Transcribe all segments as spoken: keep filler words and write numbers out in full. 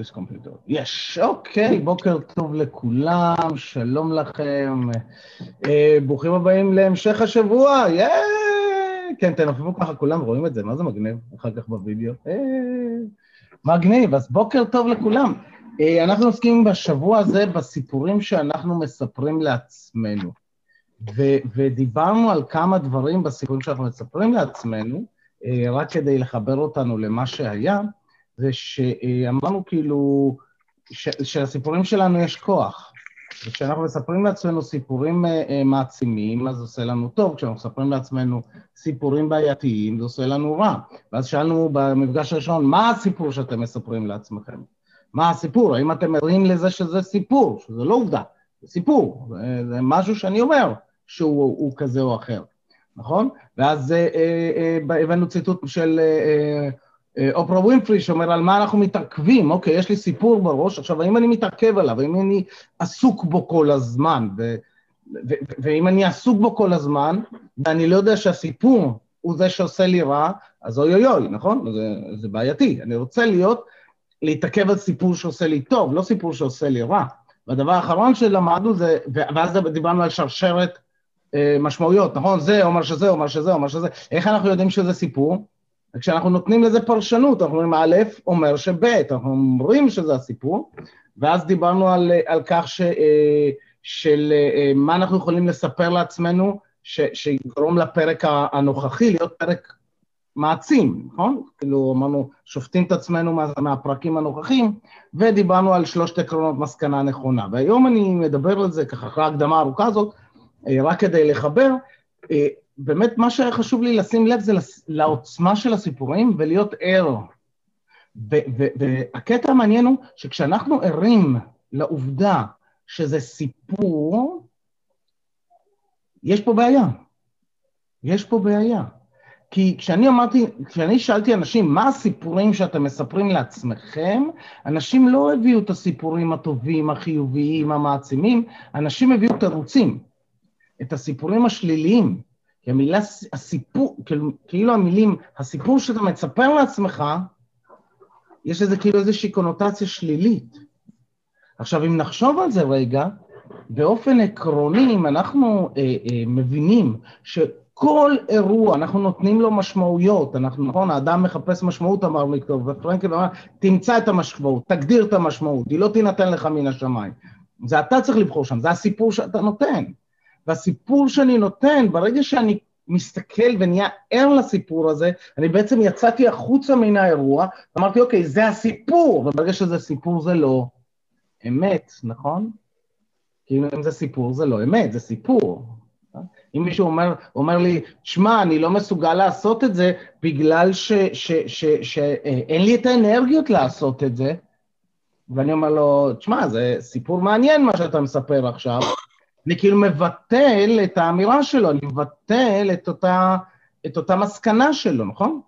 this computer. יש, אוקיי, בוקר טוב לכולם, שלום לכם, אה, ברוכים הבאים להמשך השבוע, יאי! כן, תנופפו ככה, כולם רואים את זה, מה זה מגניב? אחר כך בווידאו. אה, מגניב, אז בוקר טוב לכולם. אה, אנחנו עוסקים בשבוע הזה בסיפורים שאנחנו מספרים לעצמנו, ו- ודיברנו על כמה דברים בסיפורים שאנחנו מספרים לעצמנו, אה, רק כדי לחבר אותנו למה שהיה, זה שאמרנו כאילו ש, שלסיפורים שלנו יש כוח, וכשאנחנו מספרים לעצמנו סיפורים מעצימים, אז זה עושה לנו טוב, כשאנחנו מספרים לעצמנו סיפורים בעייתיים, זה עושה לנו רע. ואז שאלנו במפגש הראשון, מה הסיפור שאתם מספרים לעצמכם? מה הסיפור? האם אתם ערים לזה שזה סיפור, שזה לא עובדה, זה סיפור, זה, זה משהו שאני אומר שהוא כזה או אחר, נכון? ואז אה, אה, הבאנו ציטוט של אה, אופרה ווינפרי שאומר על מה אנחנו מתעכבים, אוקיי, יש לי סיפור בראש, עכשיו האם אני מתעכב עליו, האם אני עסוק בו כל הזמן, ו- ו- ו- ואם אני עסוק בו כל הזמן, ואני לא יודע שהסיפור הוא זה שעושה לי רע, אז אוי אוי אוי, נכון? זה, זה בעייתי, אני רוצה להיות, להתעכב על סיפור שעושה לי טוב, לא סיפור שעושה לי רע. והדבר האחרון שלמדנו זה, ואז דיברנו על שרשרת אה, משמעויות, נכון? זה אומר שזה, אומר שזה, אומר שזה, איך אנחנו יודעים שזה סיפור? כשאנחנו נותנים לזה פרשנות, אנחנו אומרים א', אומר שב', אנחנו אומרים שזה הסיפור, ואז דיברנו על, על כך ש, של מה אנחנו יכולים לספר לעצמנו, ש, שיגרום לפרק הנוכחי להיות פרק מעצים, נכון? כאילו אמרנו, שופטים את עצמנו מה, מהפרקים הנוכחיים, ודיברנו על שלושת עקרונות מסקנה נכונה, והיום אני מדבר על זה ככה, אחרי ההקדמה הארוכה הזאת, רק כדי לחבר, באמת מה שהיה חשוב לי לשים לב זה לעוצמה של הסיפורים ולהיות ער. והקטע המעניין הוא שכשאנחנו ערים לעובדה שזה סיפור, יש פה בעיה. יש פה בעיה. כי כשאני אמרתי, כשאני שאלתי אנשים מה הסיפורים שאתם מספרים לעצמכם, אנשים לא הביאו את הסיפורים הטובים, החיוביים, המעצימים, אנשים הביאו תירוצים, את הסיפורים השליליים. כי המילה, הסיפור, כאילו המילים, הסיפור שאתה מצפר לעצמך, יש לזה כאילו איזושהי קונוטציה שלילית. עכשיו, אם נחשוב על זה רגע, באופן עקרוני, אם אנחנו אה, אה, מבינים שכל אירוע, אנחנו נותנים לו משמעויות, אנחנו, נכון, האדם מחפש משמעות, אמר ויקטור, ופרנקל אמר, תמצא את המשמעות, תגדיר את המשמעות, היא לא תינתן לך מן השמיים. זה אתה צריך לבחור שם, זה הסיפור שאתה נותן. והסיפור שאני נותן, ברגע שאני מסתכל ונהיה ער לסיפור הזה, אני בעצם יצאתי החוצה מן האירוע, אמרתי, אוקיי, זה הסיפור, וברגע שזה סיפור זה לא אמת, נכון? כי אם זה סיפור זה לא אמת, זה סיפור. אם מישהו אומר, אומר לי, שמע, אני לא מסוגל לעשות את זה, בגלל ש, ש, ש, ש, שאין לי את האנרגיות לעשות את זה, ואני אומר לו, שמע, זה סיפור מעניין מה שאתה מספר עכשיו, אני כאילו מבטל את האמירה שלו, אני מבטל את אותה, את אותה מסקנה שלו, נכון?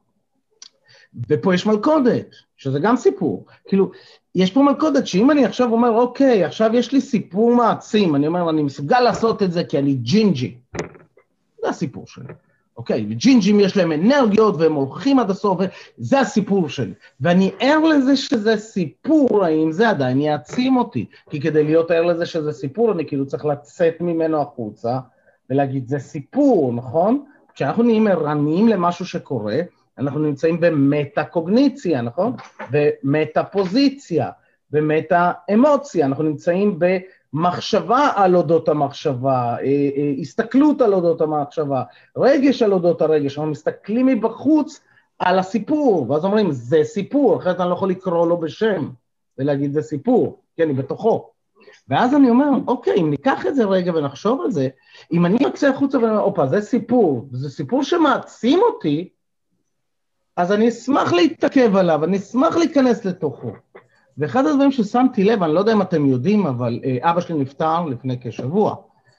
ופה יש מלכודת, שזה גם סיפור. כאילו, יש פה מלכודת שאם אני עכשיו אומר, אוקיי, עכשיו יש לי סיפור מעצים, אני אומר, אני מסוגל לעשות את זה כי אני ג'ינג'י. זה הסיפור שלי. אוקיי, וג'ינג'ים יש להם אנרגיות והם הולכים עד הסוף, זה הסיפור שלי. ואני ער לזה שזה סיפור, האם זה עדיין יעצים אותי. כי כדי להיות ער לזה שזה סיפור, אני כאילו צריך לצאת ממנו החוצה, ולהגיד, זה סיפור, נכון? כשאנחנו נהיים ערניים למשהו שקורה, אנחנו נמצאים במטה-קוגניציה, נכון? במטה-פוזיציה, במטה-אמוציה, אנחנו נמצאים ב... מחשבה על אודות המחשבה, הסתכלות על אודות המחשבה, רגש על אודות הרגש, אנחנו מסתכלים מבחוץ על הסיפור, ואז אומרים, זה סיפור, אחרת אני לא יכול לקרוא לו בשם, ולהגיד, זה סיפור, כי אני בתוכו. ואז אני אומר, אוקיי, אם ניקח את זה רגע ונחשוב על זה, אם אני יוצא החוצה ואומר, אופה, זה סיפור, זה סיפור שמעצים אותי, אז אני אשמח להתעכב עליו, אני אשמח להיכנס לתוכו. ואחד הדברים ששמתי לב, אני לא יודע אם אתם יודעים, אבל אבא שלי נפטר לפני כשבוע,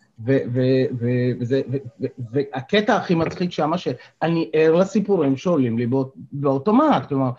והקטע הכי מצחיק שמה שאני ער לסיפורים שעולים לי באוטומט, כלומר,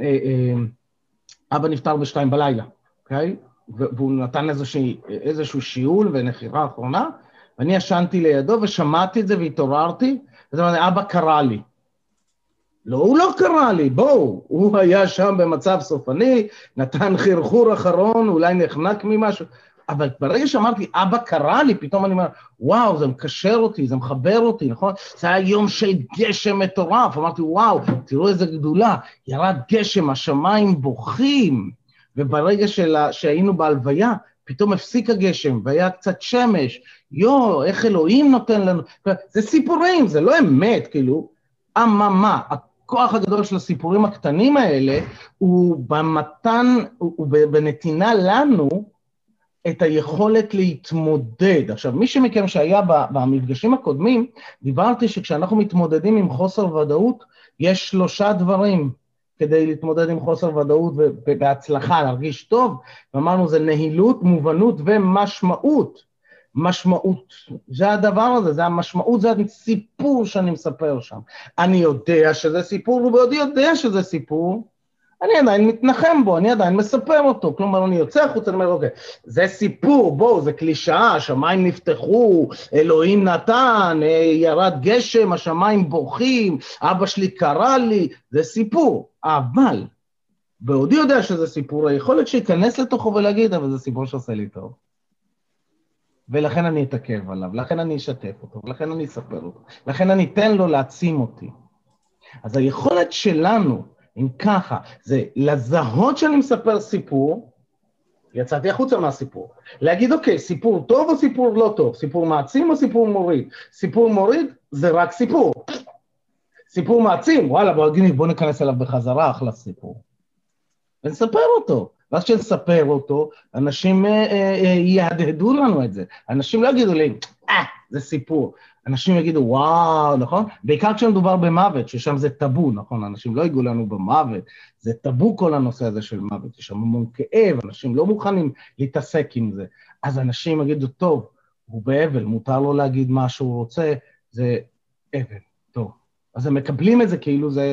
אבא נפטר בשתיים בלילה, אוקיי? והוא נתן איזשהו שיעול ונחירה האחרונה, ואני ישנתי לידו ושמעתי את זה והתעוררתי, זאת אומרת, אבא קרא לי. לא, הוא לא קרא לי, בואו, הוא היה שם במצב סופני, נתן חרחור אחרון, אולי נחנק ממשהו, אבל ברגע שאמרתי, אבא קרא לי, פתאום אני אומר, וואו, זה מקשר אותי, זה מחבר אותי, נכון? זה היה יום של גשם מטורף, אמרתי, וואו, תראו איזה גדולה, ירד גשם, השמיים בוכים, וברגע שלה, שהיינו בהלוויה, פתאום הפסיק הגשם, והיה קצת שמש, יו, איך אלוהים נותן לנו, זה סיפורים, זה לא אמת, כאילו, אממה, הכוח הגדול של הסיפורים הקטנים האלה, הוא במתן, הוא בנתינה לנו, את היכולת להתמודד. עכשיו, מי שמכם שהיה במפגשים הקודמים, דיברתי שכשאנחנו מתמודדים עם חוסר ודאות, יש שלושה דברים כדי להתמודד עם חוסר ודאות ובהצלחה, להרגיש טוב, ואמרנו זה נהילות, מובנות ומשמעות. משמעות, זה הדבר הזה, זה המשמעות, זה הסיפור שאני מספר שם. אני יודע שזה סיפור, ובעודי יודע שזה סיפור, אני עדיין מתנחם בו, אני עדיין מספר אותו, כלומר אני יוצא החוץ, אני אומר, אוקיי, זה סיפור, בואו, זה קלישאה, השמיים נפתחו, אלוהים נתן, ירד גשם, השמיים בוכים, אבא שלי קרא לי, זה סיפור, אבל, בעודי יודע שזה סיפור, היכולת שיכנס לתוכו ולהגיד, אבל זה סיפור שעושה לי טוב. ולכן אני אתעכב עליו, לכן אני אשתף אותו, לכן אני אספר אותו, לכן אני אתן לו להעצים אותי. אז היכולת שלנו, אם ככה, זה לזהות שאני מספר סיפור, יצאתי החוצה מהסיפור, להגיד, אוקיי, סיפור טוב או סיפור לא טוב, סיפור מעצים או סיפור מוריד, סיפור מוריד זה רק סיפור, סיפור מעצים, וואלה, בוא נגיד, בוא ניכנס אליו בחזרה, אחלה סיפור, ונספר אותו, ואז שנספר אותו, אנשים אה, אה, יהדהדו לנו את זה, אנשים לא יגידו לי, אה, זה סיפור, אנשים יגידו, וואו, נכון? בעיקר כשמדובר במוות, ששם זה טאבו, נכון? אנשים לא יגעו לנו במוות, זה טאבו כל הנושא הזה של מוות, יש שם המון כאב, אנשים לא מוכנים להתעסק עם זה, אז אנשים יגידו, טוב, הוא באבל, מותר לו להגיד מה שהוא רוצה, זה אבל, טוב. אז הם מקבלים את זה כאילו זה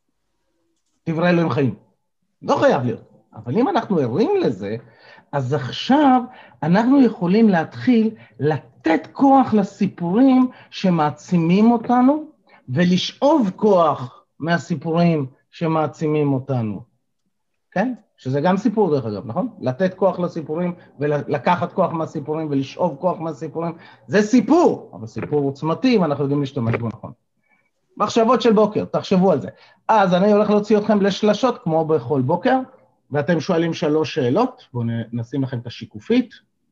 דברי אלוהים חיים. לא חייב להיות, אבל אם אנחנו ערים לזה, אז עכשיו אנחנו יכולים להתחיל לתת כוח לסיפורים שמעצימים אותנו, ולשאוב כוח מהסיפורים שמעצימים אותנו. כן? שזה גם סיפור דרך אגב, נכון? לתת כוח לסיפורים, ולקחת כוח מהסיפורים, ולשאוב כוח מהסיפורים, זה סיפור, אבל סיפור עוצמתי, ואנחנו יודעים להשתמש בו נכון. מחשבות של בוקר, תחשבו על זה. אז אני הולך להוציא אתכם לשלשות, כמו בכל בוקר, ואתם שואלים שלוש שאלות, בואו נשים לכם את השיקופית.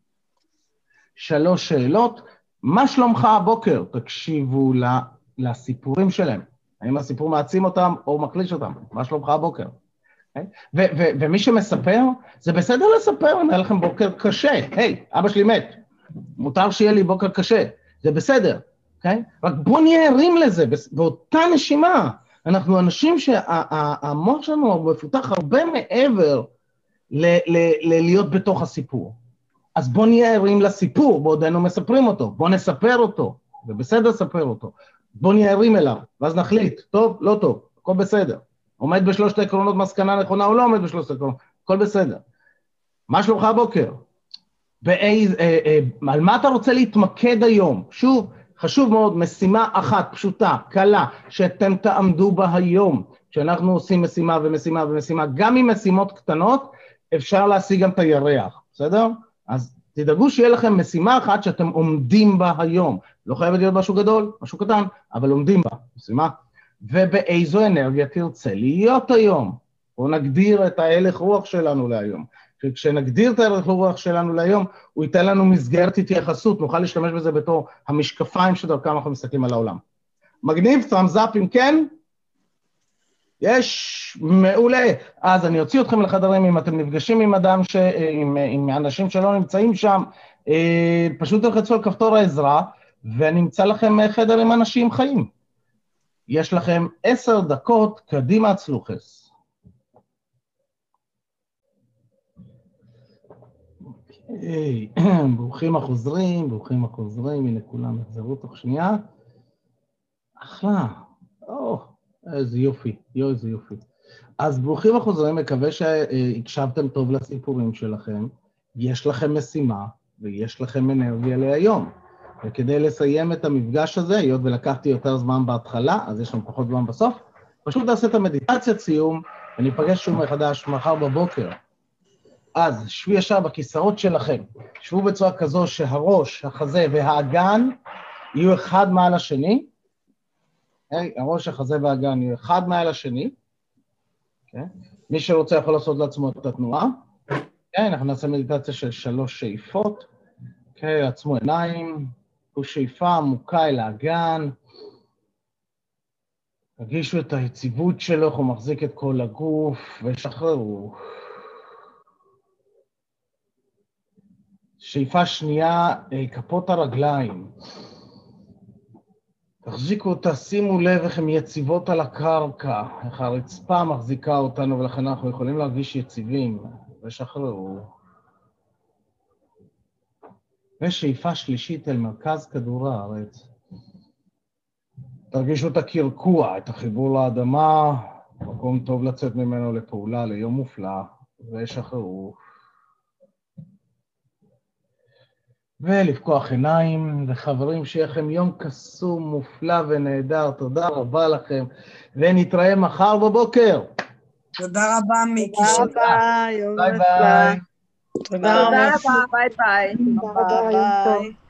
שלוש שאלות, מה שלומך הבוקר? תקשיבו לסיפורים שלהם. האם הסיפור מעצים אותם או מקליש אותם? מה שלומך הבוקר? ומי שמספר, זה בסדר לספר, אני היה לכם בוקר קשה. היי, אבא שלי מת. מותר שיהיה לי בוקר קשה. זה בסדר. רק בואו נהיה ערים לזה, באותה נשימה. אנחנו אנשים שהמוח שלנו מפותח הרבה מעבר להיות בתוך הסיפור. אז בוא נהיה ערים לסיפור, בעודנו מספרים אותו, בוא נספר אותו, זה בסדר לספר אותו, בוא נהיה ערים אליו, ואז נחליט, טוב, לא טוב, הכל בסדר. עומד בשלושת העקרונות מסקנה נכונה או לא עומד בשלושת העקרונות, הכל בסדר. מה שלומך הבוקר? באיז, אה, אה, על מה אתה רוצה להתמקד היום? שוב, חשוב מאוד, משימה אחת, פשוטה, קלה, שאתם תעמדו בה היום, כשאנחנו עושים משימה ומשימה ומשימה, גם עם משימות קטנות, אפשר להשיג גם את הירח, בסדר? אז תדאגו שיהיה לכם משימה אחת שאתם עומדים בה היום, לא חייבת להיות משהו גדול, משהו קטן, אבל עומדים בה, משימה, ובאיזו אנרגיה תרצה להיות היום, או נגדיר את ההלך רוח שלנו להיום, כשנגדיר את ההלך רוח שלנו להיום, הוא ייתן לנו מסגרת התייחסות, נוכל להשתמש בזה בתור המשקפיים שדרכם אנחנו מסתכלים על העולם. מגניב, thumbs up אם כן? יש, מעולה. אז אני אוציא אתכם לחדרים, אם אתם נפגשים עם אדם, ש... עם, עם אנשים שלא נמצאים שם, פשוט תלחצו על כפתור העזרה, ואני אמצא לכם חדר עם אנשים חיים. יש לכם עשר דקות, קדימה הצלוחס. היי, ברוכים החוזרים, ברוכים החוזרים, הנה כולם יחזרו תוך שנייה. אחלה, או, איזה יופי, יו, איזה יופי. אז ברוכים החוזרים, מקווה שהקשבתם טוב לסיפורים שלכם, יש לכם משימה ויש לכם אנרגיה להיום. וכדי לסיים את המפגש הזה, היות ולקחתי יותר זמן בהתחלה, אז יש לנו פחות זמן בסוף, פשוט נעשה את המדיטציית סיום, וניפגש שוב מחדש מחר בבוקר. אז שבו ישר בכיסאות שלכם, שבו בצורה כזו שהראש, החזה והאגן יהיו אחד מעל השני, okay? הראש, החזה והאגן יהיו אחד מעל השני, okay? מי שרוצה יכול לעשות לעצמו את התנועה, okay? אנחנו נעשה מדיטציה של שלוש שאיפות, okay? עצמו עיניים, שאיפה עמוקה אל האגן, תרגישו את היציבות שלו, הוא מחזיק את כל הגוף, ושחררו. שאיפה שנייה, כפות הרגליים. תחזיקו אותה, שימו לב איך הן יציבות על הקרקע, איך הרצפה מחזיקה אותנו, ולכן אנחנו יכולים להרגיש יציבים, ושחררו. ושאיפה שלישית אל מרכז כדור הארץ. תרגישו את הקרקוע, את החיבור לאדמה, מקום טוב לצאת ממנו לפעולה, ליום מופלא, ושחררו. ולפקוח עיניים, וחברים, שיהיה לכם יום קסום, מופלא ונהדר, תודה רבה לכם, ונתראה מחר בבוקר. תודה רבה, מיקי. תודה רבה, יום ביי נפלא. ביי. תודה רבה. תודה רבה, ביי ביי. תודה רבה, יום טוב.